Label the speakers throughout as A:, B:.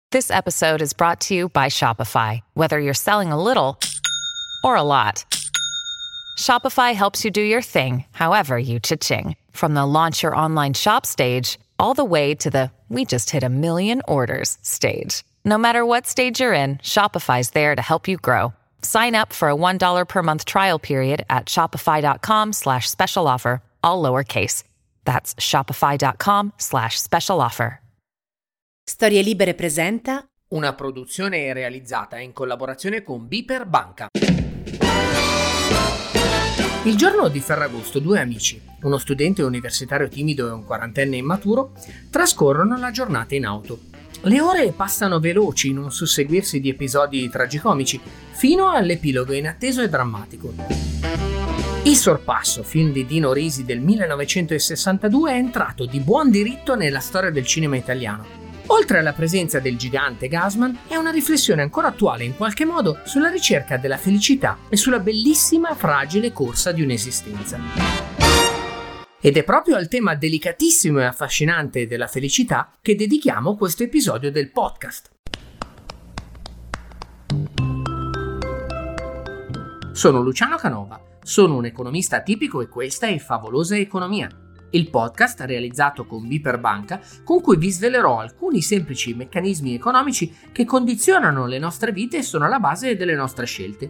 A: This episode is brought to you by Shopify. Whether you're selling a little or a lot, Shopify helps you do your thing, however you cha-ching. From the launch your online shop stage, all the way to the we just hit 1 million orders stage. No matter what stage you're in, Shopify's there to help you grow. Sign up for a $1 per month trial period at shopify.com/special offer, all lowercase. That's shopify.com/special offer.
B: Storie Libere presenta
C: una produzione realizzata in collaborazione con Biper Banca. Il giorno di Ferragosto, due amici, uno studente universitario timido e un quarantenne immaturo, trascorrono la giornata in auto. Le ore passano veloci in un susseguirsi di episodi tragicomici, fino all'epilogo inatteso e drammatico. Il Sorpasso, film di Dino Risi del 1962, è entrato di buon diritto nella storia del cinema italiano. Oltre alla presenza del gigante Gassman, è una riflessione ancora attuale in qualche modo sulla ricerca della felicità e sulla bellissima fragile corsa di un'esistenza. Ed è proprio al tema delicatissimo e affascinante della felicità che dedichiamo questo episodio del podcast. Sono Luciano Canova, sono un economista atipico e questa è Favolosa Economia, il podcast realizzato con Biper Banca con cui vi svelerò alcuni semplici meccanismi economici che condizionano le nostre vite e sono alla base delle nostre scelte.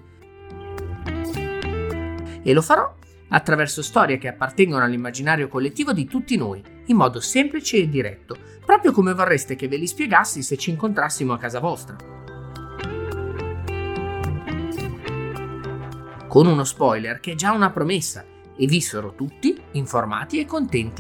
C: E lo farò attraverso storie che appartengono all'immaginario collettivo di tutti noi, in modo semplice e diretto, proprio come vorreste che ve li spiegassi se ci incontrassimo a casa vostra. Con uno spoiler che è già una promessa, e vissero tutti informati e contenti.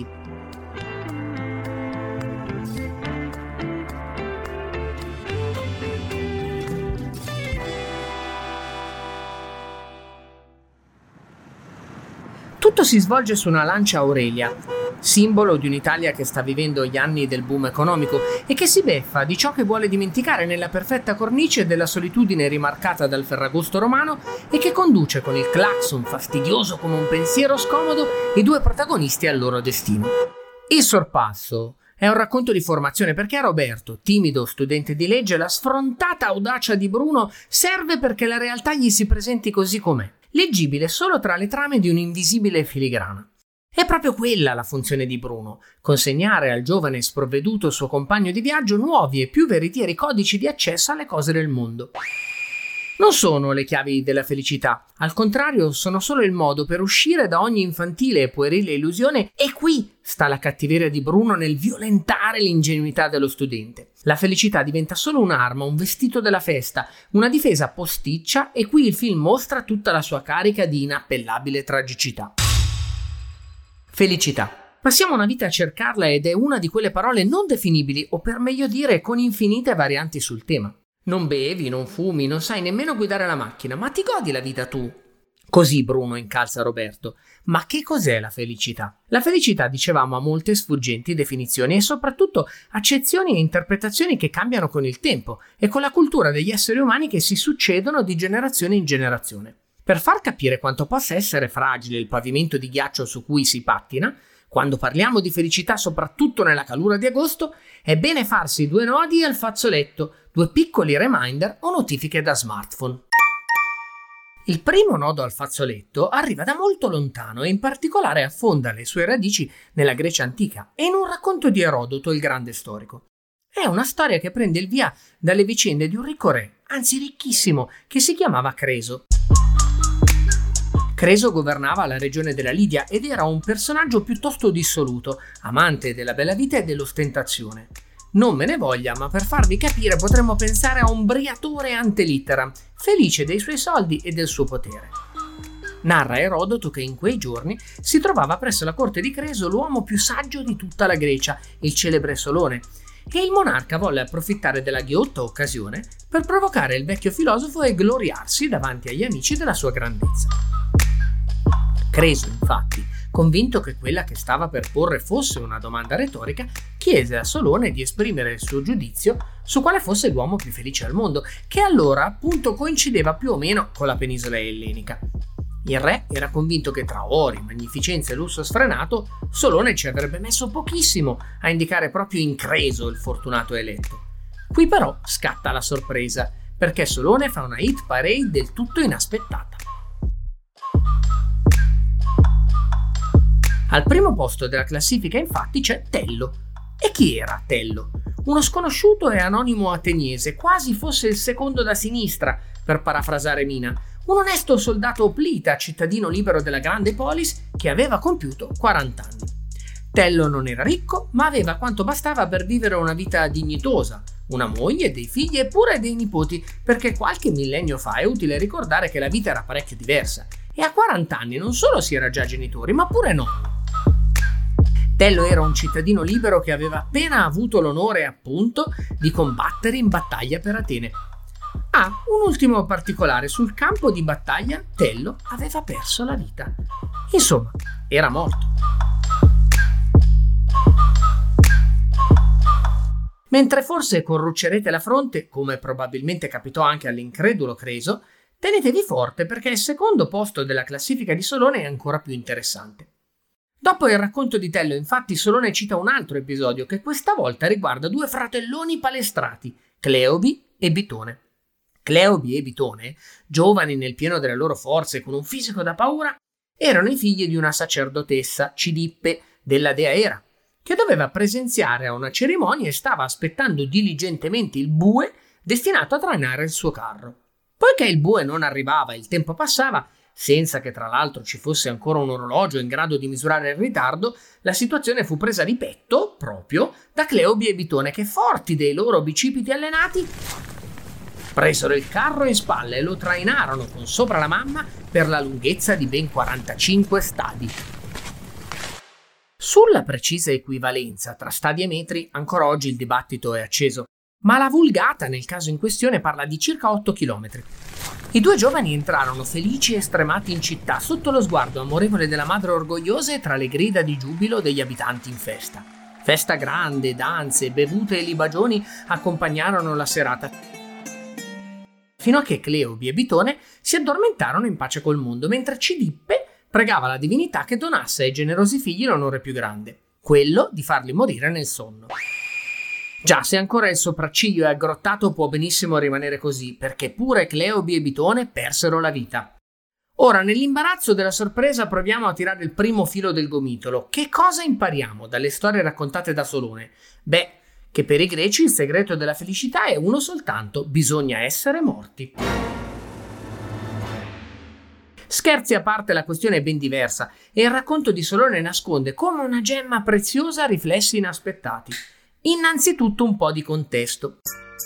C: Tutto si svolge su una Lancia Aurelia, simbolo di un'Italia che sta vivendo gli anni del boom economico e che si beffa di ciò che vuole dimenticare nella perfetta cornice della solitudine rimarcata dal Ferragosto romano e che conduce con il clacson fastidioso come un pensiero scomodo i due protagonisti al loro destino. Il Sorpasso è un racconto di formazione perché a Roberto, timido studente di legge, la sfrontata audacia di Bruno serve perché la realtà gli si presenti così com'è, leggibile solo tra le trame di un'invisibile filigrana. È proprio quella la funzione di Bruno, consegnare al giovane sprovveduto suo compagno di viaggio nuovi e più veritieri codici di accesso alle cose del mondo. Non sono le chiavi della felicità, al contrario sono solo il modo per uscire da ogni infantile e puerile illusione e qui sta la cattiveria di Bruno nel violentare l'ingenuità dello studente. La felicità diventa solo un'arma, un vestito della festa, una difesa posticcia e qui il film mostra tutta la sua carica di inappellabile tragicità. Felicità. Passiamo una vita a cercarla ed è una di quelle parole non definibili o per meglio dire con infinite varianti sul tema. Non bevi, non fumi, non sai nemmeno guidare la macchina, ma ti godi la vita tu. Così Bruno incalza Roberto. Ma che cos'è la felicità? La felicità, dicevamo, ha molte sfuggenti definizioni e soprattutto accezioni e interpretazioni che cambiano con il tempo e con la cultura degli esseri umani che si succedono di generazione in generazione. Per far capire quanto possa essere fragile il pavimento di ghiaccio su cui si pattina, quando parliamo di felicità soprattutto nella calura di agosto, è bene farsi due nodi al fazzoletto, due piccoli reminder o notifiche da smartphone. Il primo nodo al fazzoletto arriva da molto lontano e in particolare affonda le sue radici nella Grecia antica e in un racconto di Erodoto, il grande storico. È una storia che prende il via dalle vicende di un ricco re, anzi ricchissimo, che si chiamava Creso. Creso governava la regione della Lidia ed era un personaggio piuttosto dissoluto, amante della bella vita e dell'ostentazione. Non me ne voglia, ma per farvi capire potremmo pensare a un briatore ante litteram, felice dei suoi soldi e del suo potere. Narra Erodoto che in quei giorni si trovava presso la corte di Creso l'uomo più saggio di tutta la Grecia, il celebre Solone, e il monarca volle approfittare della ghiotta occasione per provocare il vecchio filosofo e gloriarsi davanti agli amici della sua grandezza. Creso, infatti, convinto che quella che stava per porre fosse una domanda retorica, chiese a Solone di esprimere il suo giudizio su quale fosse l'uomo più felice al mondo, che allora appunto coincideva più o meno con la penisola ellenica. Il re era convinto che tra ori, magnificenza e lusso sfrenato, Solone ci avrebbe messo pochissimo a indicare proprio in Creso il fortunato eletto. Qui però scatta la sorpresa, perché Solone fa una hit parade del tutto inaspettata. Al primo posto della classifica infatti c'è Tello. E chi era Tello? Uno sconosciuto e anonimo ateniese, quasi fosse il secondo da sinistra, per parafrasare Mina, un onesto soldato oplita, cittadino libero della grande polis, che aveva compiuto 40 anni. Tello non era ricco, ma aveva quanto bastava per vivere una vita dignitosa, una moglie, dei figli e pure dei nipoti, perché qualche millennio fa è utile ricordare che la vita era parecchio diversa, e a 40 anni non solo si era già genitori, ma pure nonni. Tello era un cittadino libero che aveva appena avuto l'onore, appunto, di combattere in battaglia per Atene. Un ultimo particolare: sul campo di battaglia Tello aveva perso la vita. Insomma, era morto. Mentre forse corruccerete la fronte, come probabilmente capitò anche all'incredulo Creso, tenetevi forte perché il secondo posto della classifica di Solone è ancora più interessante. Dopo il racconto di Tello, infatti, Solone cita un altro episodio che questa volta riguarda due fratelloni palestrati, Cleobi e Bitone. Cleobi e Bitone, giovani nel pieno delle loro forze con un fisico da paura, erano i figli di una sacerdotessa, Cidippe, della dea Era, che doveva presenziare a una cerimonia e stava aspettando diligentemente il bue destinato a trainare il suo carro. Poiché il bue non arrivava e il tempo passava, senza che tra l'altro ci fosse ancora un orologio in grado di misurare il ritardo, la situazione fu presa di petto proprio da Cleobi e Bitone, che, forti dei loro bicipiti allenati, presero il carro in spalle e lo trainarono con sopra la mamma per la lunghezza di ben 45 stadi. Sulla precisa equivalenza tra stadi e metri ancora oggi il dibattito è acceso, ma la Vulgata nel caso in questione parla di circa 8 chilometri. I due giovani entrarono felici e stremati in città sotto lo sguardo amorevole della madre orgogliosa e tra le grida di giubilo degli abitanti in festa. Festa grande, danze, bevute e libagioni accompagnarono la serata, fino a che Cleobi e Bitone si addormentarono in pace col mondo, mentre Cidippe pregava la divinità che donasse ai generosi figli l'onore più grande, quello di farli morire nel sonno. Già, se ancora il sopracciglio è aggrottato può benissimo rimanere così, perché pure Cleobi e Bitone persero la vita. Ora, nell'imbarazzo della sorpresa, proviamo a tirare il primo filo del gomitolo. Che cosa impariamo dalle storie raccontate da Solone? Beh, che per i greci il segreto della felicità è uno soltanto: bisogna essere morti. Scherzi a parte, la questione è ben diversa e il racconto di Solone nasconde come una gemma preziosa riflessi inaspettati. Innanzitutto un po' di contesto.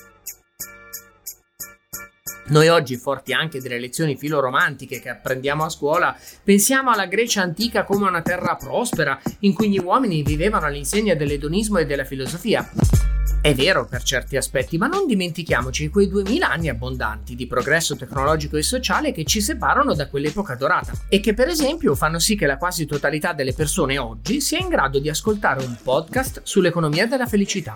C: Noi oggi, forti anche delle lezioni filoromantiche che apprendiamo a scuola, pensiamo alla Grecia antica come una terra prospera in cui gli uomini vivevano all'insegna dell'edonismo e della filosofia. È vero per certi aspetti, ma non dimentichiamoci quei 2000 anni abbondanti di progresso tecnologico e sociale che ci separano da quell'epoca dorata e che, per esempio, fanno sì che la quasi totalità delle persone oggi sia in grado di ascoltare un podcast sull'economia della felicità.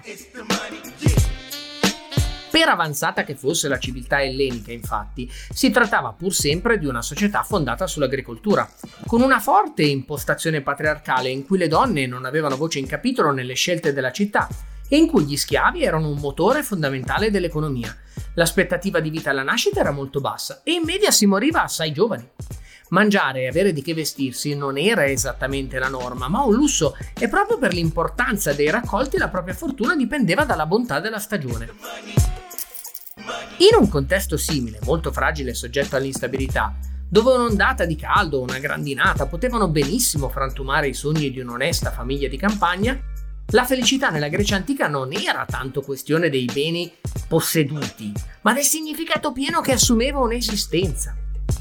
C: Per avanzata che fosse la civiltà ellenica, infatti, si trattava pur sempre di una società fondata sull'agricoltura, con una forte impostazione patriarcale in cui le donne non avevano voce in capitolo nelle scelte della città e in cui gli schiavi erano un motore fondamentale dell'economia. L'aspettativa di vita alla nascita era molto bassa e in media si moriva assai giovani. Mangiare e avere di che vestirsi non era esattamente la norma, ma un lusso, e proprio per l'importanza dei raccolti la propria fortuna dipendeva dalla bontà della stagione. In un contesto simile, molto fragile e soggetto all'instabilità, dove un'ondata di caldo o una grandinata potevano benissimo frantumare i sogni di un'onesta famiglia di campagna, la felicità nella Grecia antica non era tanto questione dei beni posseduti, ma del significato pieno che assumeva un'esistenza.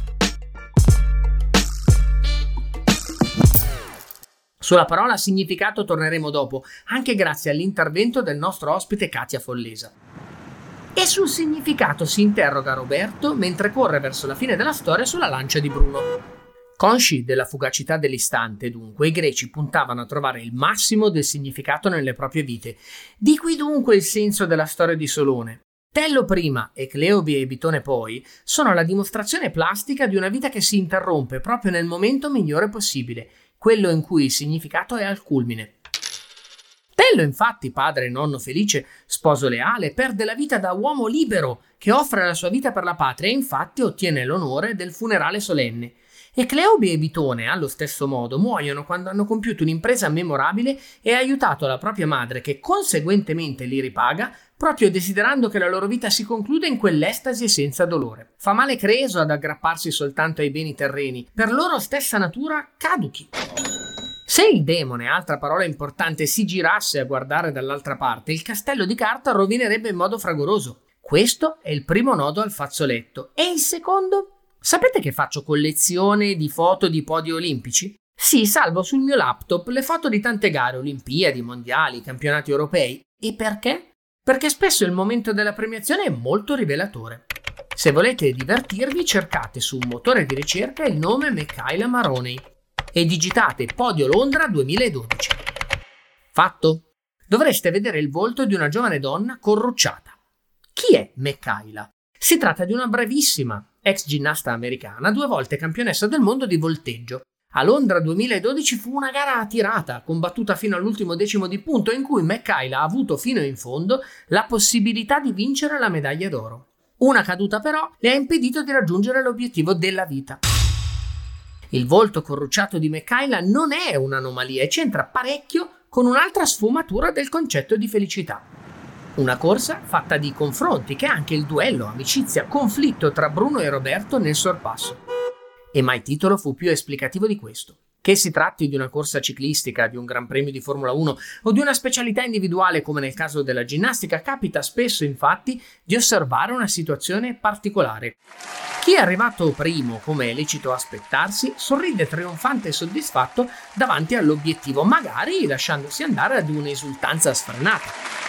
C: Sulla parola significato torneremo dopo, anche grazie all'intervento del nostro ospite Katia Follesa. E sul significato si interroga Roberto mentre corre verso la fine della storia sulla lancia di Bruno. Consci della fugacità dell'istante, dunque, i greci puntavano a trovare il massimo del significato nelle proprie vite. Di qui dunque il senso della storia di Solone. Tello prima e Cleobi e Bitone poi sono la dimostrazione plastica di una vita che si interrompe proprio nel momento migliore possibile, quello in cui il significato è al culmine. Tello, infatti, padre e nonno felice, sposo leale, perde la vita da uomo libero che offre la sua vita per la patria e infatti ottiene l'onore del funerale solenne. E Cleobe e Bitone, allo stesso modo, muoiono quando hanno compiuto un'impresa memorabile e aiutato la propria madre, che conseguentemente li ripaga, proprio desiderando che la loro vita si concluda in quell'estasi senza dolore. Fa male Creso ad aggrapparsi soltanto ai beni terreni, per loro stessa natura caduchi. Se il demone, altra parola importante, si girasse a guardare dall'altra parte, il castello di carta rovinerebbe in modo fragoroso. Questo è il primo nodo al fazzoletto. E il secondo? Sapete che faccio collezione di foto di podi olimpici? Sì, salvo sul mio laptop le foto di tante gare, Olimpiadi, Mondiali, campionati europei. E perché? Perché spesso il momento della premiazione è molto rivelatore. Se volete divertirvi, cercate su un motore di ricerca il nome Michaela Maroney e digitate Podio Londra 2012. Fatto? Dovreste vedere il volto di una giovane donna corrucciata. Chi è Michaela? Si tratta di una bravissima ex ginnasta americana, 2 volte campionessa del mondo di volteggio. A Londra 2012 fu una gara a tirata, combattuta fino all'ultimo decimo di punto, in cui Michaela ha avuto fino in fondo la possibilità di vincere la medaglia d'oro. Una caduta però le ha impedito di raggiungere l'obiettivo della vita. Il volto corrucciato di Michaela non è un'anomalia e c'entra parecchio con un'altra sfumatura del concetto di felicità. Una corsa fatta di confronti, che è anche il duello, amicizia, conflitto tra Bruno e Roberto nel sorpasso. E mai titolo fu più esplicativo di questo. Che si tratti di una corsa ciclistica, di un Gran Premio di Formula 1 o di una specialità individuale come nel caso della ginnastica, capita spesso infatti di osservare una situazione particolare. Chi è arrivato primo, come è lecito aspettarsi, sorride trionfante e soddisfatto davanti all'obiettivo, magari lasciandosi andare ad un'esultanza sfrenata.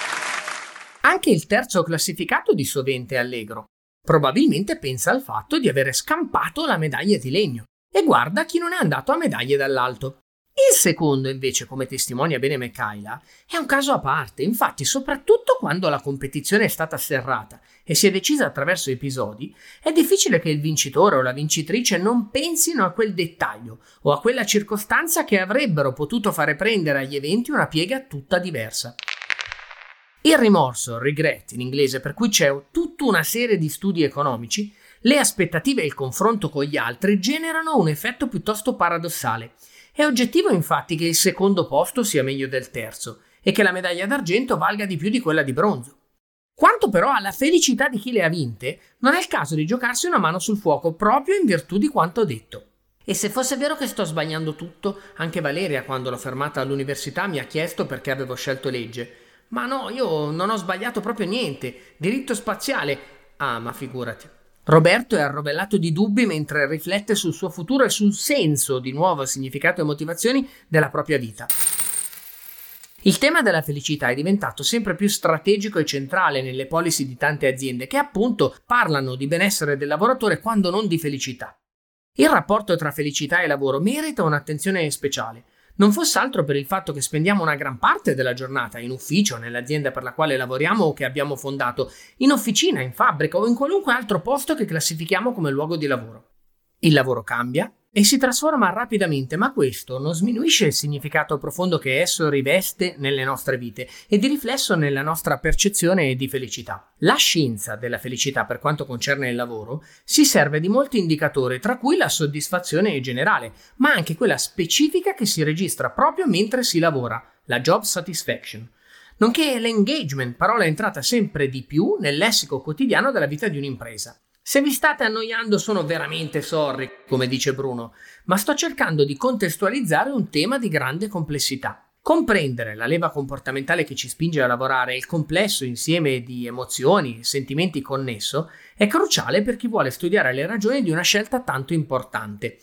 C: Anche il terzo classificato di sovente è allegro. Probabilmente pensa al fatto di avere scampato la medaglia di legno e guarda chi non è andato a medaglie dall'alto. Il secondo, invece, come testimonia bene Michaela, è un caso a parte. Infatti, soprattutto quando la competizione è stata serrata e si è decisa attraverso episodi, è difficile che il vincitore o la vincitrice non pensino a quel dettaglio o a quella circostanza che avrebbero potuto fare prendere agli eventi una piega tutta diversa. Il rimorso, regret in inglese, per cui c'è tutta una serie di studi economici, le aspettative e il confronto con gli altri generano un effetto piuttosto paradossale. È oggettivo infatti che il secondo posto sia meglio del terzo e che la medaglia d'argento valga di più di quella di bronzo. Quanto però alla felicità di chi le ha vinte, non è il caso di giocarsi una mano sul fuoco proprio in virtù di quanto detto. E se fosse vero che sto sbagliando tutto, anche Valeria, quando l'ho fermata all'università, mi ha chiesto perché avevo scelto legge. Ma no, io non ho sbagliato proprio niente. Diritto spaziale. Ah, ma figurati. Roberto è arrovellato di dubbi mentre riflette sul suo futuro e sul senso, di nuovo significato e motivazioni, della propria vita. Il tema della felicità è diventato sempre più strategico e centrale nelle policy di tante aziende che appunto parlano di benessere del lavoratore quando non di felicità. Il rapporto tra felicità e lavoro merita un'attenzione speciale. Non fosse altro per il fatto che spendiamo una gran parte della giornata in ufficio, nell'azienda per la quale lavoriamo o che abbiamo fondato, in officina, in fabbrica o in qualunque altro posto che classifichiamo come luogo di lavoro. Il lavoro cambia e si trasforma rapidamente, ma questo non sminuisce il significato profondo che esso riveste nelle nostre vite e di riflesso nella nostra percezione di felicità. La scienza della felicità, per quanto concerne il lavoro, si serve di molti indicatori, tra cui la soddisfazione generale, ma anche quella specifica che si registra proprio mentre si lavora, la job satisfaction, nonché l'engagement, parola entrata sempre di più nel lessico quotidiano della vita di un'impresa. Se vi state annoiando sono veramente sorry, come dice Bruno, ma sto cercando di contestualizzare un tema di grande complessità. Comprendere la leva comportamentale che ci spinge a lavorare e il complesso insieme di emozioni e sentimenti connesso è cruciale per chi vuole studiare le ragioni di una scelta tanto importante.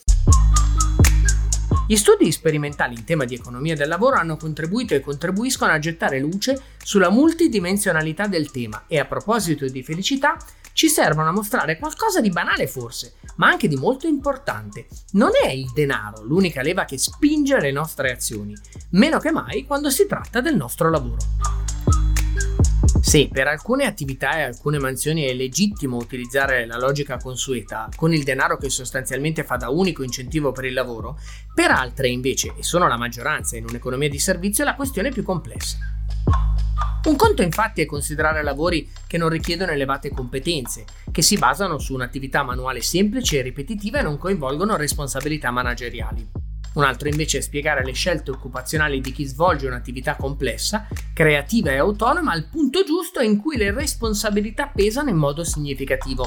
C: Gli studi sperimentali in tema di economia del lavoro hanno contribuito e contribuiscono a gettare luce sulla multidimensionalità del tema e a proposito di felicità ci servono a mostrare qualcosa di banale forse, ma anche di molto importante. Non è il denaro l'unica leva che spinge le nostre azioni, meno che mai quando si tratta del nostro lavoro. Sì, per alcune attività e alcune mansioni è legittimo utilizzare la logica consueta, con il denaro che sostanzialmente fa da unico incentivo per il lavoro, per altre invece, e sono la maggioranza in un'economia di servizio, la questione è più complessa. Un conto infatti è considerare lavori che non richiedono elevate competenze, che si basano su un'attività manuale semplice e ripetitiva e non coinvolgono responsabilità manageriali. Un altro invece è spiegare le scelte occupazionali di chi svolge un'attività complessa, creativa e autonoma al punto giusto in cui le responsabilità pesano in modo significativo.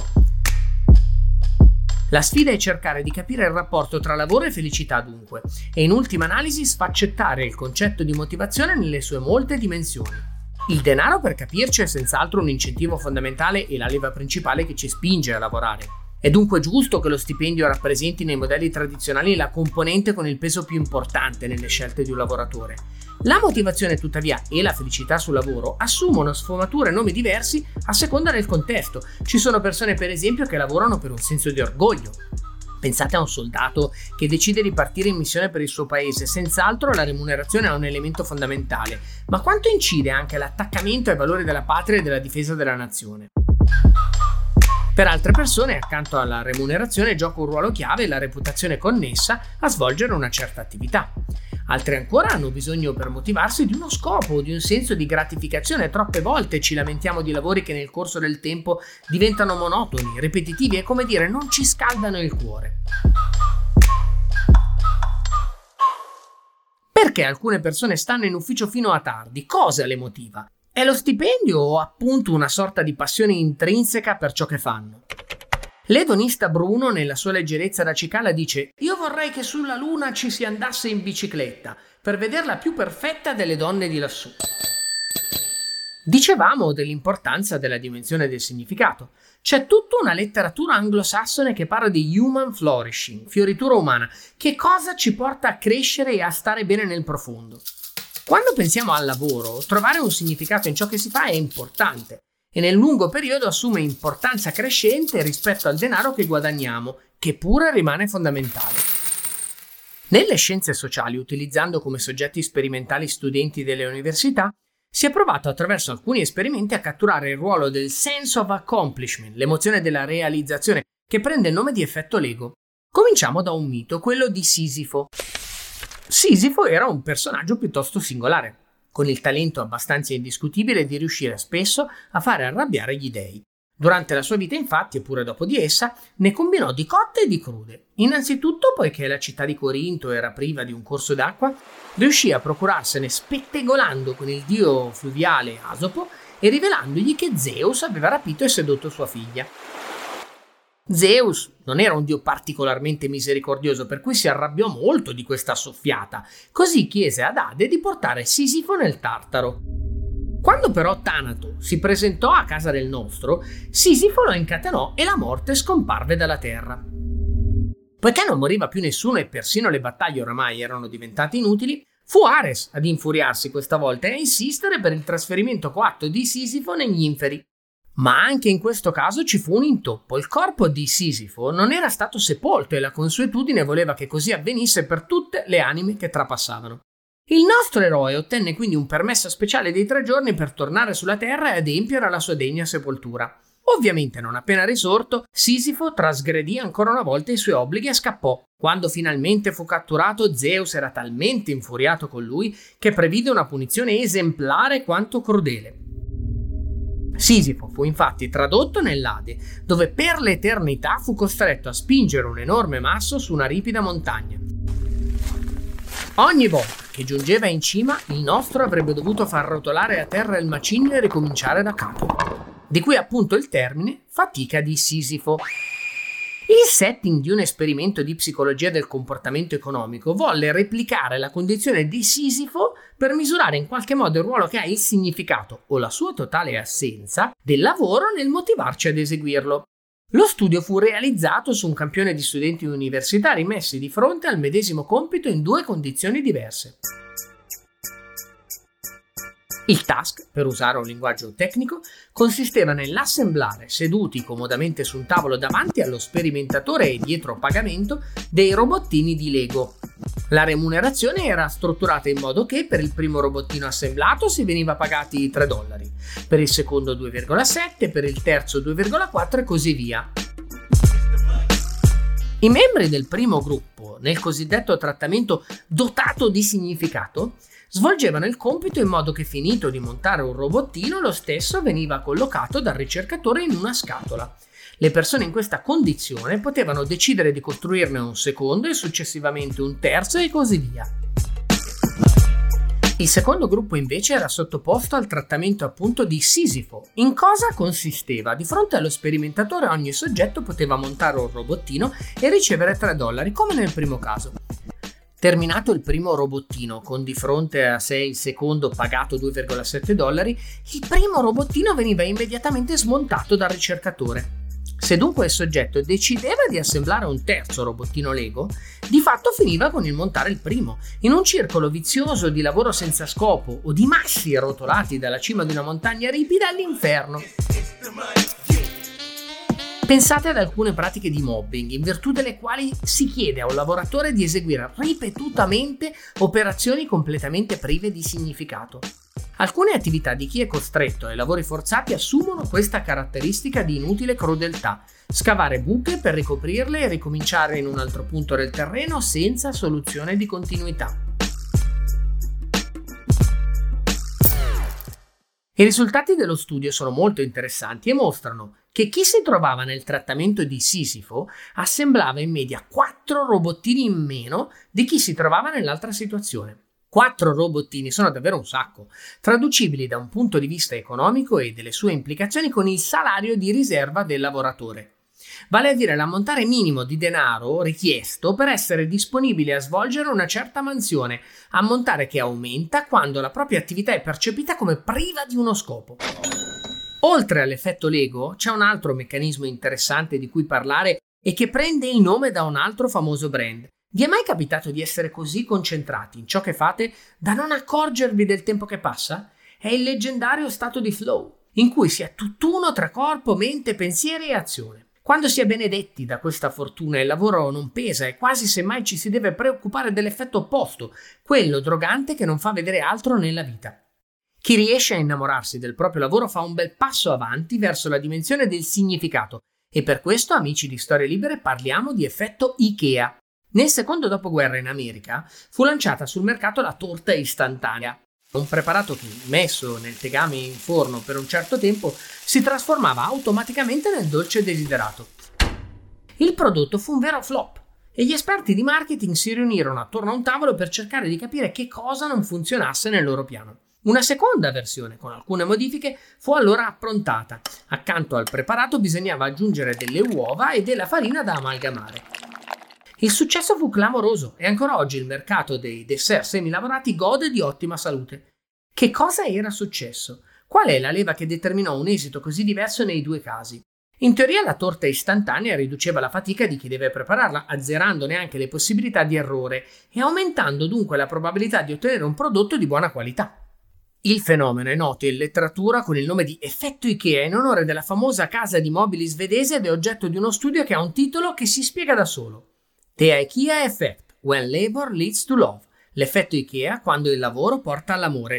C: La sfida è cercare di capire il rapporto tra lavoro e felicità dunque, e in ultima analisi sfaccettare il concetto di motivazione nelle sue molte dimensioni. Il denaro, per capirci, è senz'altro un incentivo fondamentale e la leva principale che ci spinge a lavorare. È dunque giusto che lo stipendio rappresenti nei modelli tradizionali la componente con il peso più importante nelle scelte di un lavoratore. La motivazione, tuttavia, e la felicità sul lavoro assumono sfumature e nomi diversi a seconda del contesto. Ci sono persone, per esempio, che lavorano per un senso di orgoglio. Pensate a un soldato che decide di partire in missione per il suo paese. Senz'altro la remunerazione è un elemento fondamentale, ma quanto incide anche l'attaccamento ai valori della patria e della difesa della nazione? Per altre persone, accanto alla remunerazione, gioca un ruolo chiave la reputazione connessa a svolgere una certa attività. Altri ancora hanno bisogno per motivarsi di uno scopo, di un senso di gratificazione. Troppe volte ci lamentiamo di lavori che nel corso del tempo diventano monotoni, ripetitivi e, come dire, non ci scaldano il cuore. Perché alcune persone stanno in ufficio fino a tardi? Cosa le motiva? È lo stipendio o appunto una sorta di passione intrinseca per ciò che fanno? L'edonista Bruno, nella sua leggerezza da cicala, dice: «Io vorrei che sulla luna ci si andasse in bicicletta per vederla più perfetta delle donne di lassù». Dicevamo dell'importanza della dimensione del significato. C'è tutta una letteratura anglosassone che parla di human flourishing, fioritura umana. Che cosa ci porta a crescere e a stare bene nel profondo? Quando pensiamo al lavoro, trovare un significato in ciò che si fa è importante e nel lungo periodo assume importanza crescente rispetto al denaro che guadagniamo, che pure rimane fondamentale. Nelle scienze sociali, utilizzando come soggetti sperimentali studenti delle università, si è provato attraverso alcuni esperimenti a catturare il ruolo del sense of accomplishment, l'emozione della realizzazione, che prende il nome di effetto Lego. Cominciamo da un mito, quello di Sisifo. Sisifo era un personaggio piuttosto singolare, con il talento abbastanza indiscutibile di riuscire spesso a fare arrabbiare gli dei. Durante la sua vita, infatti, e pure dopo di essa, ne combinò di cotte e di crude. Innanzitutto, poiché la città di Corinto era priva di un corso d'acqua, riuscì a procurarsene spettegolando con il dio fluviale Asopo e rivelandogli che Zeus aveva rapito e sedotto sua figlia. Zeus non era un dio particolarmente misericordioso, per cui si arrabbiò molto di questa soffiata, così chiese ad Ade di portare Sisifo nel Tartaro. Quando però Tanato si presentò a casa del nostro, Sisifo lo incatenò e la morte scomparve dalla terra. Poiché non moriva più nessuno e persino le battaglie oramai erano diventate inutili, fu Ares ad infuriarsi questa volta e a insistere per il trasferimento coatto di Sisifo negli inferi. Ma anche in questo caso ci fu un intoppo. Il corpo di Sisifo non era stato sepolto e la consuetudine voleva che così avvenisse per tutte le anime che trapassavano. Il nostro eroe ottenne quindi un permesso speciale di 3 giorni per tornare sulla terra e adempiere alla sua degna sepoltura. Ovviamente, non appena risorto, Sisifo trasgredì ancora una volta i suoi obblighi e scappò. Quando finalmente fu catturato, Zeus era talmente infuriato con lui che previde una punizione esemplare quanto crudele. Sisifo fu infatti tradotto nell'Ade, dove per l'eternità fu costretto a spingere un enorme masso su una ripida montagna. Ogni volta che giungeva in cima, il nostro avrebbe dovuto far rotolare a terra il macigno e ricominciare da capo. Di qui appunto il termine fatica di Sisifo. Il setting di un esperimento di psicologia del comportamento economico volle replicare la condizione di Sisifo per misurare in qualche modo il ruolo che ha il significato, o la sua totale assenza, del lavoro nel motivarci ad eseguirlo. Lo studio fu realizzato su un campione di studenti universitari messi di fronte al medesimo compito in 2 condizioni diverse. Il task, per usare un linguaggio tecnico, consisteva nell'assemblare, seduti comodamente su un tavolo davanti allo sperimentatore e dietro pagamento, dei robottini di Lego. La remunerazione era strutturata in modo che per il primo robottino assemblato si veniva pagati $3, per il secondo 2,7, per il terzo 2,4 e così via. I membri del primo gruppo, nel cosiddetto trattamento dotato di significato, svolgevano il compito in modo che, finito di montare un robottino, lo stesso veniva collocato dal ricercatore in una scatola. Le persone in questa condizione potevano decidere di costruirne un secondo e successivamente un terzo e così via. Il secondo gruppo invece era sottoposto al trattamento appunto di Sisifo. In cosa consisteva? Di fronte allo sperimentatore ogni soggetto poteva montare un robottino e ricevere $3, come nel primo caso. Terminato il primo robottino, con di fronte a sé il secondo pagato $2,7, il primo robottino veniva immediatamente smontato dal ricercatore. Se dunque il soggetto decideva di assemblare un terzo robottino Lego, di fatto finiva con il montare il primo, in un circolo vizioso di lavoro senza scopo o di massi arrotolati dalla cima di una montagna ripida all'inferno. Pensate ad alcune pratiche di mobbing, in virtù delle quali si chiede a un lavoratore di eseguire ripetutamente operazioni completamente prive di significato. Alcune attività di chi è costretto ai lavori forzati assumono questa caratteristica di inutile crudeltà: scavare buche per ricoprirle e ricominciare in un altro punto del terreno senza soluzione di continuità. I risultati dello studio sono molto interessanti e mostrano che chi si trovava nel trattamento di Sisifo assemblava in media 4 robottini in meno di chi si trovava nell'altra situazione. 4 robottini sono davvero un sacco, traducibili da un punto di vista economico e delle sue implicazioni con il salario di riserva del lavoratore. Vale a dire l'ammontare minimo di denaro richiesto per essere disponibile a svolgere una certa mansione, ammontare che aumenta quando la propria attività è percepita come priva di uno scopo. Oltre all'effetto Lego, c'è un altro meccanismo interessante di cui parlare e che prende il nome da un altro famoso brand. Vi è mai capitato di essere così concentrati in ciò che fate da non accorgervi del tempo che passa? È il leggendario stato di flow, in cui si è tutt'uno tra corpo, mente, pensieri e azione. Quando si è benedetti da questa fortuna, il lavoro non pesa e quasi semmai ci si deve preoccupare dell'effetto opposto, quello drogante che non fa vedere altro nella vita. Chi riesce a innamorarsi del proprio lavoro fa un bel passo avanti verso la dimensione del significato e per questo, amici di Storie Libere, parliamo di effetto IKEA. Nel secondo dopoguerra in America fu lanciata sul mercato la torta istantanea, un preparato che, messo nel tegame in forno per un certo tempo, si trasformava automaticamente nel dolce desiderato. Il prodotto fu un vero flop e gli esperti di marketing si riunirono attorno a un tavolo per cercare di capire che cosa non funzionasse nel loro piano. Una seconda versione, con alcune modifiche, fu allora approntata. Accanto al preparato bisognava aggiungere delle uova e della farina da amalgamare. Il successo fu clamoroso e ancora oggi il mercato dei dessert semilavorati gode di ottima salute. Che cosa era successo? Qual è la leva che determinò un esito così diverso nei due casi? In teoria la torta istantanea riduceva la fatica di chi deve prepararla, azzerandone anche le possibilità di errore e aumentando dunque la probabilità di ottenere un prodotto di buona qualità. Il fenomeno è noto in letteratura con il nome di effetto IKEA in onore della famosa casa di mobili svedese ed è oggetto di uno studio che ha un titolo che si spiega da solo. The IKEA Effect, when labor leads to love. L'effetto IKEA quando il lavoro porta all'amore.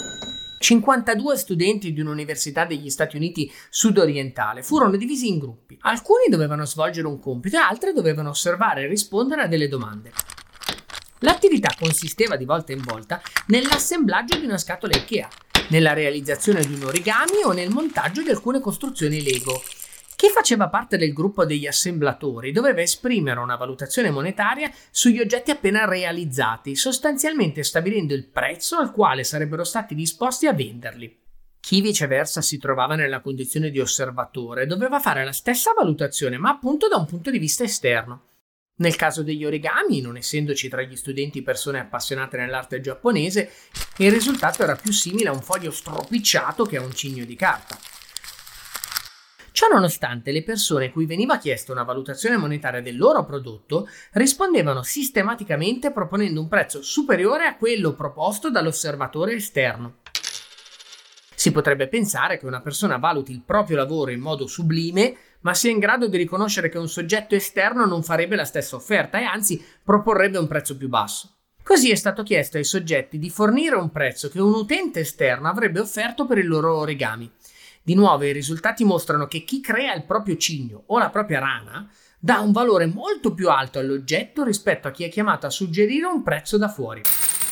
C: 52 studenti di un'università degli Stati Uniti sudorientale furono divisi in gruppi. Alcuni dovevano svolgere un compito e altri dovevano osservare e rispondere a delle domande. L'attività consisteva di volta in volta nell'assemblaggio di una scatola IKEA, nella realizzazione di un origami o nel montaggio di alcune costruzioni Lego. Chi faceva parte del gruppo degli assemblatori doveva esprimere una valutazione monetaria sugli oggetti appena realizzati, sostanzialmente stabilendo il prezzo al quale sarebbero stati disposti a venderli. Chi viceversa si trovava nella condizione di osservatore doveva fare la stessa valutazione, ma appunto da un punto di vista esterno. Nel caso degli origami, non essendoci tra gli studenti persone appassionate nell'arte giapponese, il risultato era più simile a un foglio stropicciato che a un cigno di carta. Ciò nonostante, le persone cui veniva chiesta una valutazione monetaria del loro prodotto rispondevano sistematicamente proponendo un prezzo superiore a quello proposto dall'osservatore esterno. Si potrebbe pensare che una persona valuti il proprio lavoro in modo sublime, ma sia in grado di riconoscere che un soggetto esterno non farebbe la stessa offerta e anzi proporrebbe un prezzo più basso. Così è stato chiesto ai soggetti di fornire un prezzo che un utente esterno avrebbe offerto per il loro origami. Di nuovo i risultati mostrano che chi crea il proprio cigno o la propria rana dà un valore molto più alto all'oggetto rispetto a chi è chiamato a suggerire un prezzo da fuori.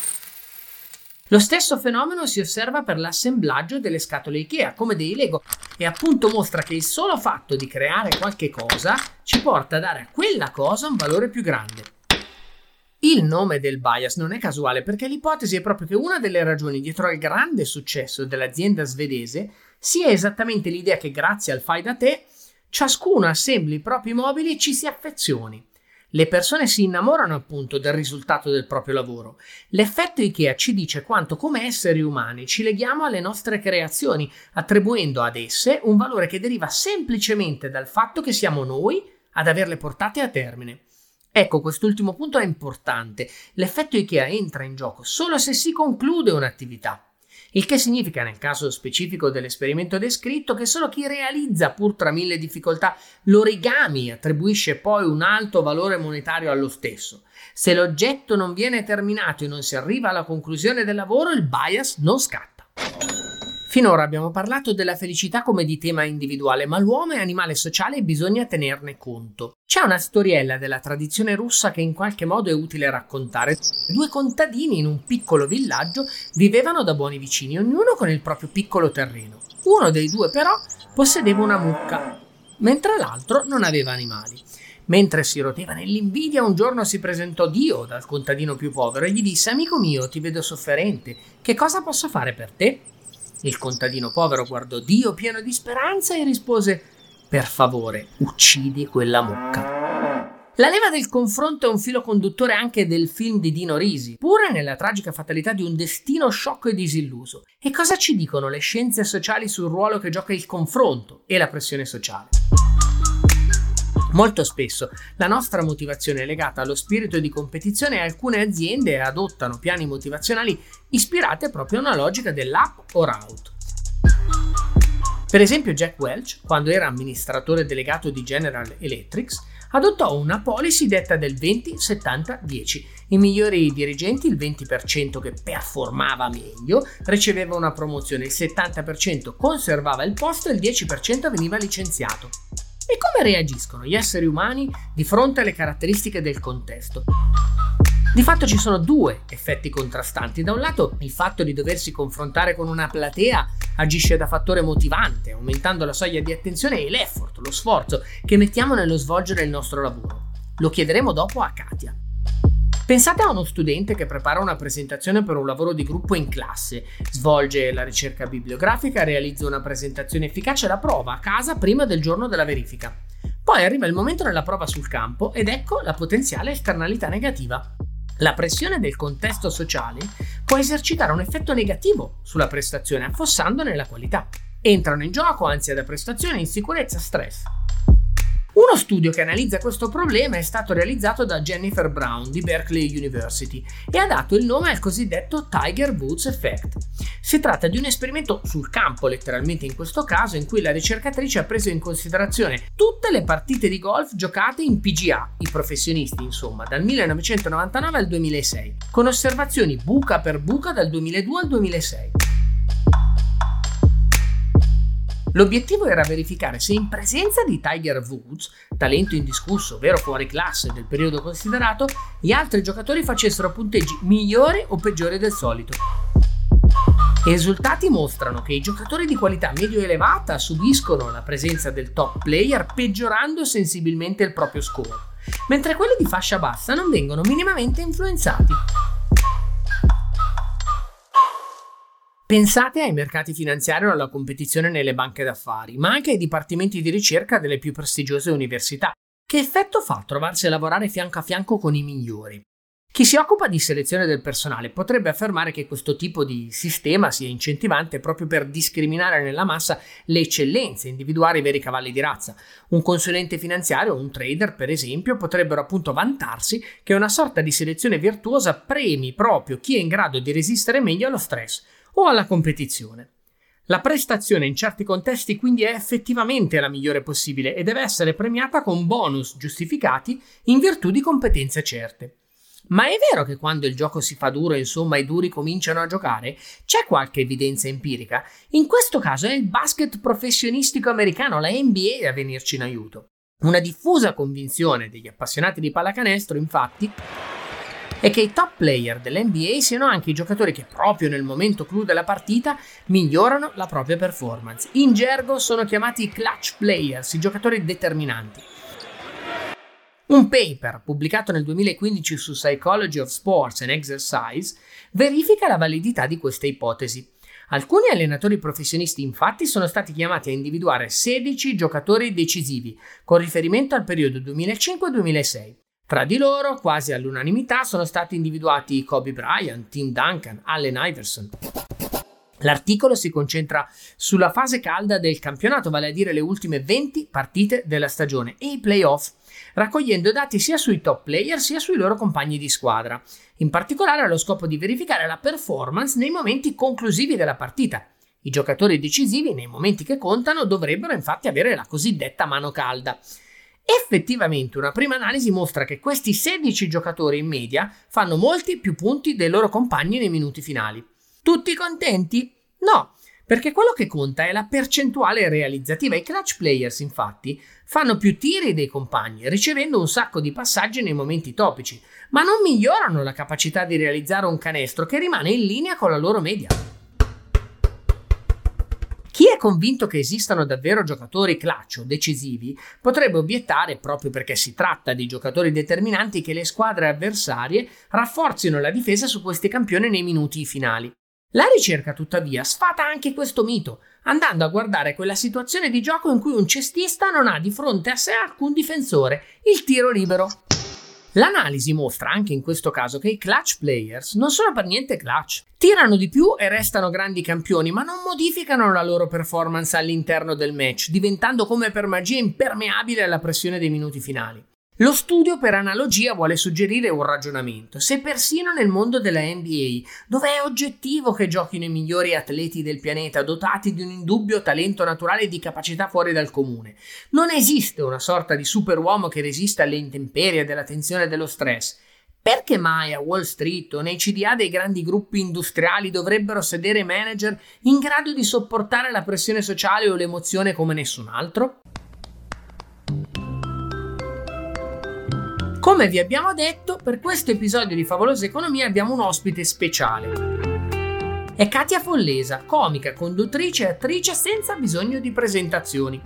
C: Lo stesso fenomeno si osserva per l'assemblaggio delle scatole IKEA, come dei Lego, e appunto mostra che il solo fatto di creare qualche cosa ci porta a dare a quella cosa un valore più grande. Il nome del bias non è casuale, perché l'ipotesi è proprio che una delle ragioni dietro al grande successo dell'azienda svedese sia esattamente l'idea che grazie al fai da te ciascuno assembli i propri mobili e ci si affezioni. Le persone si innamorano appunto del risultato del proprio lavoro. L'effetto IKEA ci dice quanto come esseri umani ci leghiamo alle nostre creazioni, attribuendo ad esse un valore che deriva semplicemente dal fatto che siamo noi ad averle portate a termine. Ecco, quest'ultimo punto è importante. L'effetto IKEA entra in gioco solo se si conclude un'attività. Il che significa, nel caso specifico dell'esperimento descritto, che solo chi realizza, pur tra mille difficoltà, l'origami attribuisce poi un alto valore monetario allo stesso. Se l'oggetto non viene terminato e non si arriva alla conclusione del lavoro, il bias non scatta. Finora abbiamo parlato della felicità come di tema individuale, ma l'uomo è animale sociale e bisogna tenerne conto. C'è una storiella della tradizione russa che in qualche modo è utile raccontare. Due contadini in un piccolo villaggio vivevano da buoni vicini, ognuno con il proprio piccolo terreno. Uno dei due però possedeva una mucca, mentre l'altro non aveva animali. Mentre si rodeva nell'invidia, un giorno si presentò Dio dal contadino più povero e gli disse: «Amico mio, ti vedo sofferente, che cosa posso fare per te?» Il contadino povero guardò Dio pieno di speranza e rispose: «Per favore, uccidi quella mucca». La leva del confronto è un filo conduttore anche del film di Dino Risi, pure nella tragica fatalità di un destino sciocco e disilluso. E cosa ci dicono le scienze sociali sul ruolo che gioca il confronto e la pressione sociale? Molto spesso la nostra motivazione è legata allo spirito di competizione e alcune aziende adottano piani motivazionali ispirati proprio a una logica dell'up or out. Per esempio Jack Welch, quando era amministratore delegato di General Electric, adottò una policy detta del 20-70-10. I migliori dirigenti, il 20% che performava meglio, riceveva una promozione, il 70% conservava il posto e il 10% veniva licenziato. E come reagiscono gli esseri umani di fronte alle caratteristiche del contesto? Di fatto ci sono due effetti contrastanti. Da un lato, il fatto di doversi confrontare con una platea agisce da fattore motivante, aumentando la soglia di attenzione e l'effort, lo sforzo che mettiamo nello svolgere il nostro lavoro. Lo chiederemo dopo a Katia. Pensate a uno studente che prepara una presentazione per un lavoro di gruppo in classe, svolge la ricerca bibliografica, realizza una presentazione efficace e la prova a casa prima del giorno della verifica. Poi arriva il momento della prova sul campo ed ecco la potenziale esternalità negativa. La pressione del contesto sociale può esercitare un effetto negativo sulla prestazione, affossandone la qualità. Entrano in gioco ansia da prestazione, insicurezza, stress. Uno studio che analizza questo problema è stato realizzato da Jennifer Brown di Berkeley University e ha dato il nome al cosiddetto Tiger Woods Effect. Si tratta di un esperimento sul campo, letteralmente in questo caso, in cui la ricercatrice ha preso in considerazione tutte le partite di golf giocate in PGA, i professionisti insomma, dal 1999 al 2006, con osservazioni buca per buca dal 2002 al 2006. L'obiettivo era verificare se in presenza di Tiger Woods, talento indiscusso, vero fuori classe del periodo considerato, gli altri giocatori facessero punteggi migliori o peggiori del solito. I risultati mostrano che i giocatori di qualità medio-elevata subiscono la presenza del top player peggiorando sensibilmente il proprio score, mentre quelli di fascia bassa non vengono minimamente influenzati. Pensate ai mercati finanziari o alla competizione nelle banche d'affari, ma anche ai dipartimenti di ricerca delle più prestigiose università. Che effetto fa trovarsi a lavorare fianco a fianco con i migliori? Chi si occupa di selezione del personale potrebbe affermare che questo tipo di sistema sia incentivante proprio per discriminare nella massa le eccellenze, individuare i veri cavalli di razza. Un consulente finanziario o un trader, per esempio, potrebbero appunto vantarsi che una sorta di selezione virtuosa premi proprio chi è in grado di resistere meglio allo stress o alla competizione. La prestazione in certi contesti quindi è effettivamente la migliore possibile e deve essere premiata con bonus giustificati in virtù di competenze certe. Ma è vero che quando il gioco si fa duro, insomma, i duri cominciano a giocare? C'è qualche evidenza empirica? In questo caso è il basket professionistico americano, la NBA, a venirci in aiuto. Una diffusa convinzione degli appassionati di pallacanestro, infatti, è che i top player dell'NBA siano anche i giocatori che proprio nel momento clou della partita migliorano la propria performance. In gergo sono chiamati i clutch players, i giocatori determinanti. Un paper pubblicato nel 2015 su Psychology of Sports and Exercise verifica la validità di queste ipotesi. Alcuni allenatori professionisti infatti sono stati chiamati a individuare 16 giocatori decisivi con riferimento al periodo 2005-2006. Tra di loro, quasi all'unanimità, sono stati individuati Kobe Bryant, Tim Duncan, Allen Iverson. L'articolo si concentra sulla fase calda del campionato, vale a dire le ultime 20 partite della stagione e i playoff, raccogliendo dati sia sui top player sia sui loro compagni di squadra. In particolare allo scopo di verificare la performance nei momenti conclusivi della partita. I giocatori decisivi, nei momenti che contano, dovrebbero infatti avere la cosiddetta mano calda. Effettivamente una prima analisi mostra che questi 16 giocatori in media fanno molti più punti dei loro compagni nei minuti finali. Tutti contenti? No, perché quello che conta è la percentuale realizzativa. I clutch players infatti fanno più tiri dei compagni, ricevendo un sacco di passaggi nei momenti topici, ma non migliorano la capacità di realizzare un canestro che rimane in linea con la loro media. Chi è convinto che esistano davvero giocatori clutch o decisivi potrebbe obiettare, proprio perché si tratta di giocatori determinanti, che le squadre avversarie rafforzino la difesa su questi campioni nei minuti finali. La ricerca, tuttavia, sfata anche questo mito, andando a guardare quella situazione di gioco in cui un cestista non ha di fronte a sé alcun difensore, il tiro libero. L'analisi mostra anche in questo caso che i clutch players non sono per niente clutch. Tirano di più e restano grandi campioni, ma non modificano la loro performance all'interno del match, diventando come per magia impermeabile alla pressione dei minuti finali. Lo studio per analogia vuole suggerire un ragionamento. Se persino nel mondo della NBA, dove è oggettivo che giochino i migliori atleti del pianeta, dotati di un indubbio talento naturale e di capacità fuori dal comune, non esiste una sorta di superuomo che resista alle intemperie della tensione e dello stress, perché mai a Wall Street o nei CDA dei grandi gruppi industriali dovrebbero sedere manager in grado di sopportare la pressione sociale o l'emozione come nessun altro? Come vi abbiamo detto, per questo episodio di Favolosa Economia abbiamo un ospite speciale. È Katia Follesa, comica, conduttrice e attrice senza bisogno di presentazioni.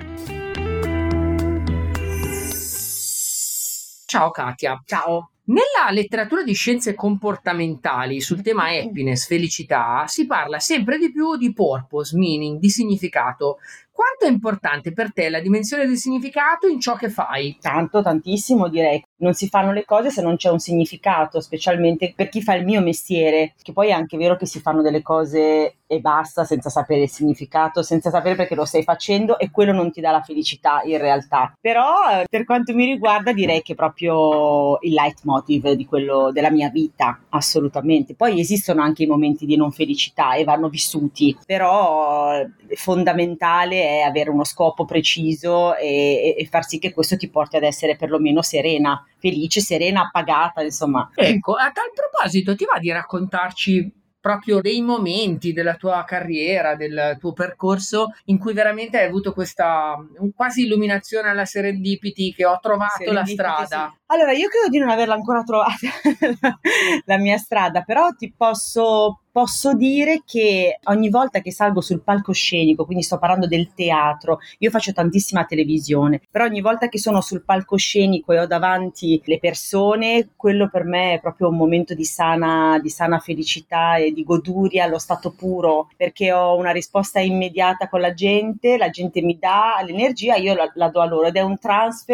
C: Ciao Katia.
D: Ciao.
C: Nella letteratura di scienze comportamentali sul tema happiness, felicità, si parla sempre di più di purpose, meaning, di significato. Quanto è importante per te la dimensione del significato in ciò che fai?
D: Tanto, tantissimo direi. Non si fanno le cose se non c'è un significato, specialmente per chi fa il mio mestiere, che poi è anche vero che si fanno delle cose e basta senza sapere il significato, senza sapere perché lo stai facendo, e quello non ti dà la felicità in realtà. Però per quanto mi riguarda direi che è proprio il leitmotiv di quello della mia vita, assolutamente. Poi esistono anche i momenti di non felicità e vanno vissuti, però fondamentale è avere uno scopo preciso e far sì che questo ti porti ad essere perlomeno serena, felice, serena, appagata, insomma.
C: Ecco, a tal proposito, ti va di raccontarci proprio dei momenti della tua carriera, del tuo percorso in cui veramente hai avuto questa quasi illuminazione alla serendipity, che ho trovato la strada?
D: Sì. Allora, io credo di non averla ancora trovata la mia strada, però ti posso dire che ogni volta che salgo sul palcoscenico, quindi sto parlando del teatro, io faccio tantissima televisione, però ogni volta che sono sul palcoscenico e ho davanti le persone, quello per me è proprio un momento di sana felicità e di goduria allo stato puro, perché ho una risposta immediata con la gente mi dà l'energia, io la do a loro, ed è un transfer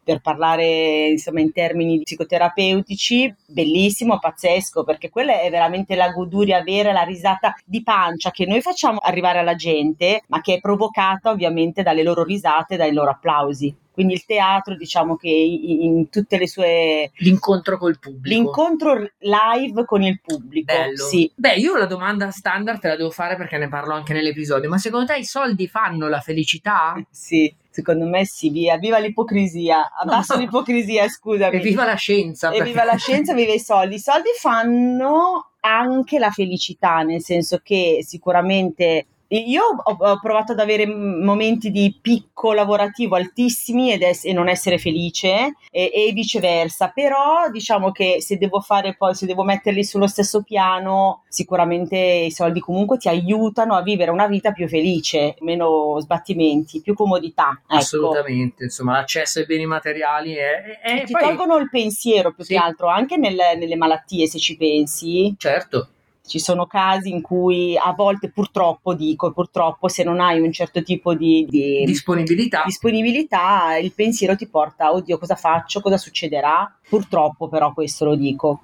D: per parlare insomma in termini psicoterapeutici, bellissimo, pazzesco, perché quella è veramente la goduria vera, la risata di pancia che noi facciamo arrivare alla gente, ma che è provocata ovviamente dalle loro risate, dai loro applausi. Quindi il teatro, diciamo che in tutte le sue...
C: L'incontro col pubblico.
D: L'incontro live con il pubblico.
C: Bello.
D: Sì.
C: Beh, io la domanda standard te la devo fare perché ne parlo anche nell'episodio, ma secondo te i soldi fanno la felicità?
D: Sì, secondo me sì, viva l'ipocrisia, abbasso l'ipocrisia, scusami.
C: E viva la scienza.
D: E viva la scienza, viva i soldi. I soldi fanno anche la felicità, nel senso che sicuramente... Io ho provato ad avere momenti di picco lavorativo altissimi e non essere felice e viceversa, però diciamo che se devo metterli sullo stesso piano, sicuramente i soldi comunque ti aiutano a vivere una vita più felice, meno sbattimenti, più comodità. Ecco.
C: Assolutamente, insomma l'accesso ai beni materiali
D: ti tolgono il pensiero più che altro, anche nelle malattie, se ci pensi.
C: Certo.
D: Ci sono casi in cui a volte purtroppo se non hai un certo tipo di disponibilità, il pensiero ti porta, oddio, cosa faccio, cosa succederà? Purtroppo però questo lo dico.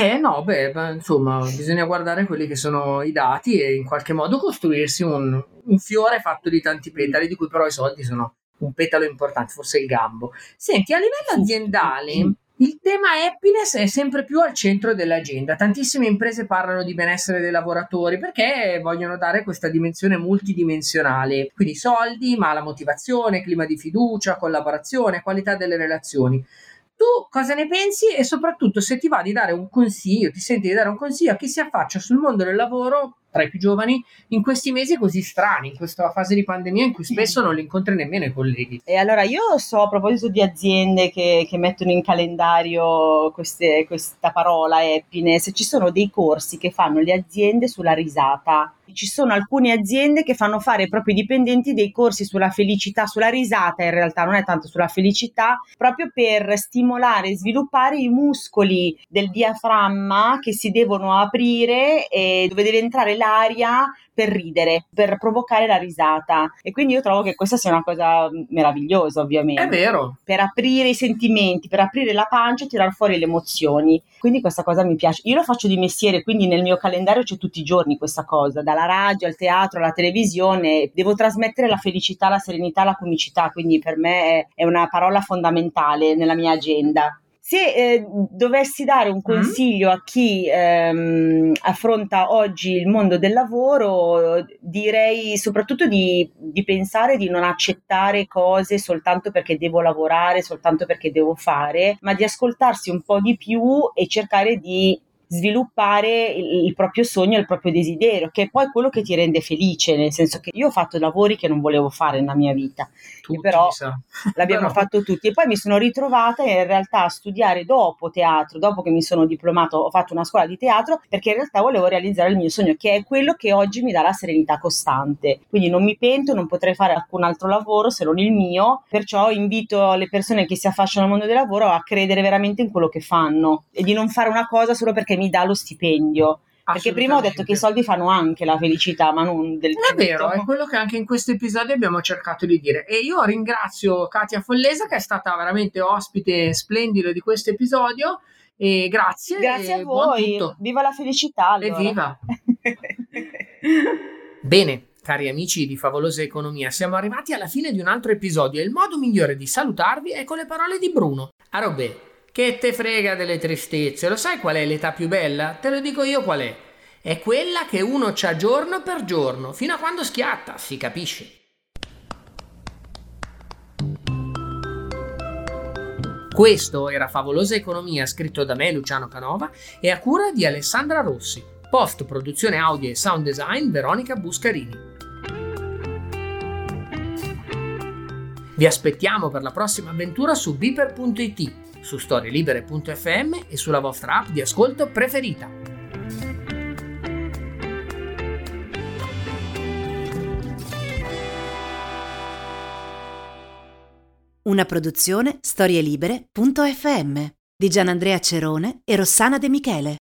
C: Insomma, bisogna guardare quelli che sono i dati e in qualche modo costruirsi un fiore fatto di tanti petali, di cui però i soldi sono un petalo importante, forse il gambo. Senti, a livello aziendale... Il tema happiness è sempre più al centro dell'agenda. Tantissime imprese parlano di benessere dei lavoratori perché vogliono dare questa dimensione multidimensionale. Quindi soldi, ma la motivazione, clima di fiducia, collaborazione, qualità delle relazioni. Tu cosa ne pensi e soprattutto se ti va di dare un consiglio, ti senti di dare un consiglio a chi si affaccia sul mondo del lavoro tra i più giovani in questi mesi così strani, in questa fase di pandemia in cui spesso non li incontri nemmeno i colleghi.
D: E allora io so, a proposito di aziende che mettono in calendario questa parola happiness, ci sono dei corsi che fanno le aziende sulla risata. Ci sono alcune aziende che fanno fare ai propri dipendenti dei corsi sulla felicità, sulla risata in realtà, non è tanto sulla felicità, proprio per stimolare e sviluppare i muscoli del diaframma che si devono aprire e dove deve entrare l'aria per ridere, per provocare la risata. E quindi io trovo che questa sia una cosa meravigliosa, ovviamente.
C: È vero.
D: Per aprire i sentimenti, per aprire la pancia e tirar fuori le emozioni. Quindi questa cosa mi piace. Io lo faccio di mestiere, quindi nel mio calendario c'è tutti i giorni questa cosa, dalla radio al teatro alla televisione. Devo trasmettere la felicità, la serenità, la comicità, quindi per me è una parola fondamentale nella mia agenda. Se dovessi dare un consiglio a chi affronta oggi il mondo del lavoro, direi soprattutto di pensare di non accettare cose soltanto perché devo lavorare, soltanto perché devo fare, ma di ascoltarsi un po' di più e cercare di sviluppare il proprio sogno, il proprio desiderio, che è poi quello che ti rende felice, nel senso che io ho fatto lavori che non volevo fare nella mia vita,
C: tutti,
D: però l'abbiamo fatto tutti, e poi mi sono ritrovata in realtà a studiare dopo teatro, dopo che mi sono diplomato, ho fatto una scuola di teatro, perché in realtà volevo realizzare il mio sogno, che è quello che oggi mi dà la serenità costante, quindi non mi pento, non potrei fare alcun altro lavoro se non il mio, perciò invito le persone che si affacciano al mondo del lavoro a credere veramente in quello che fanno e di non fare una cosa solo perché mi dà lo stipendio, perché prima ho detto che i soldi fanno anche la felicità, ma non del tutto.
C: È vero, è quello che anche in questo episodio abbiamo cercato di dire, e io ringrazio Katia Follesa che è stata veramente ospite splendido di questo episodio, e grazie
D: a voi, viva la felicità allora.
C: Evviva. Bene, cari amici di Favolosa Economia, siamo arrivati alla fine di un altro episodio e il modo migliore di salutarvi è con le parole di Bruno. Arobè, che te frega delle tristezze, lo sai qual è l'età più bella? Te lo dico io qual è. È quella che uno c'ha giorno per giorno, fino a quando schiatta, si capisce. Questo era Favolosa Economia, scritto da me, Luciano Canova, e a cura di Alessandra Rossi. Post produzione audio e sound design Veronica Buscarini. Vi aspettiamo per la prossima avventura su beeper.it, su storielibere.fm e sulla vostra app di ascolto preferita.
B: Una produzione storielibere.fm di Gianandrea Cerone e Rossana De Michele.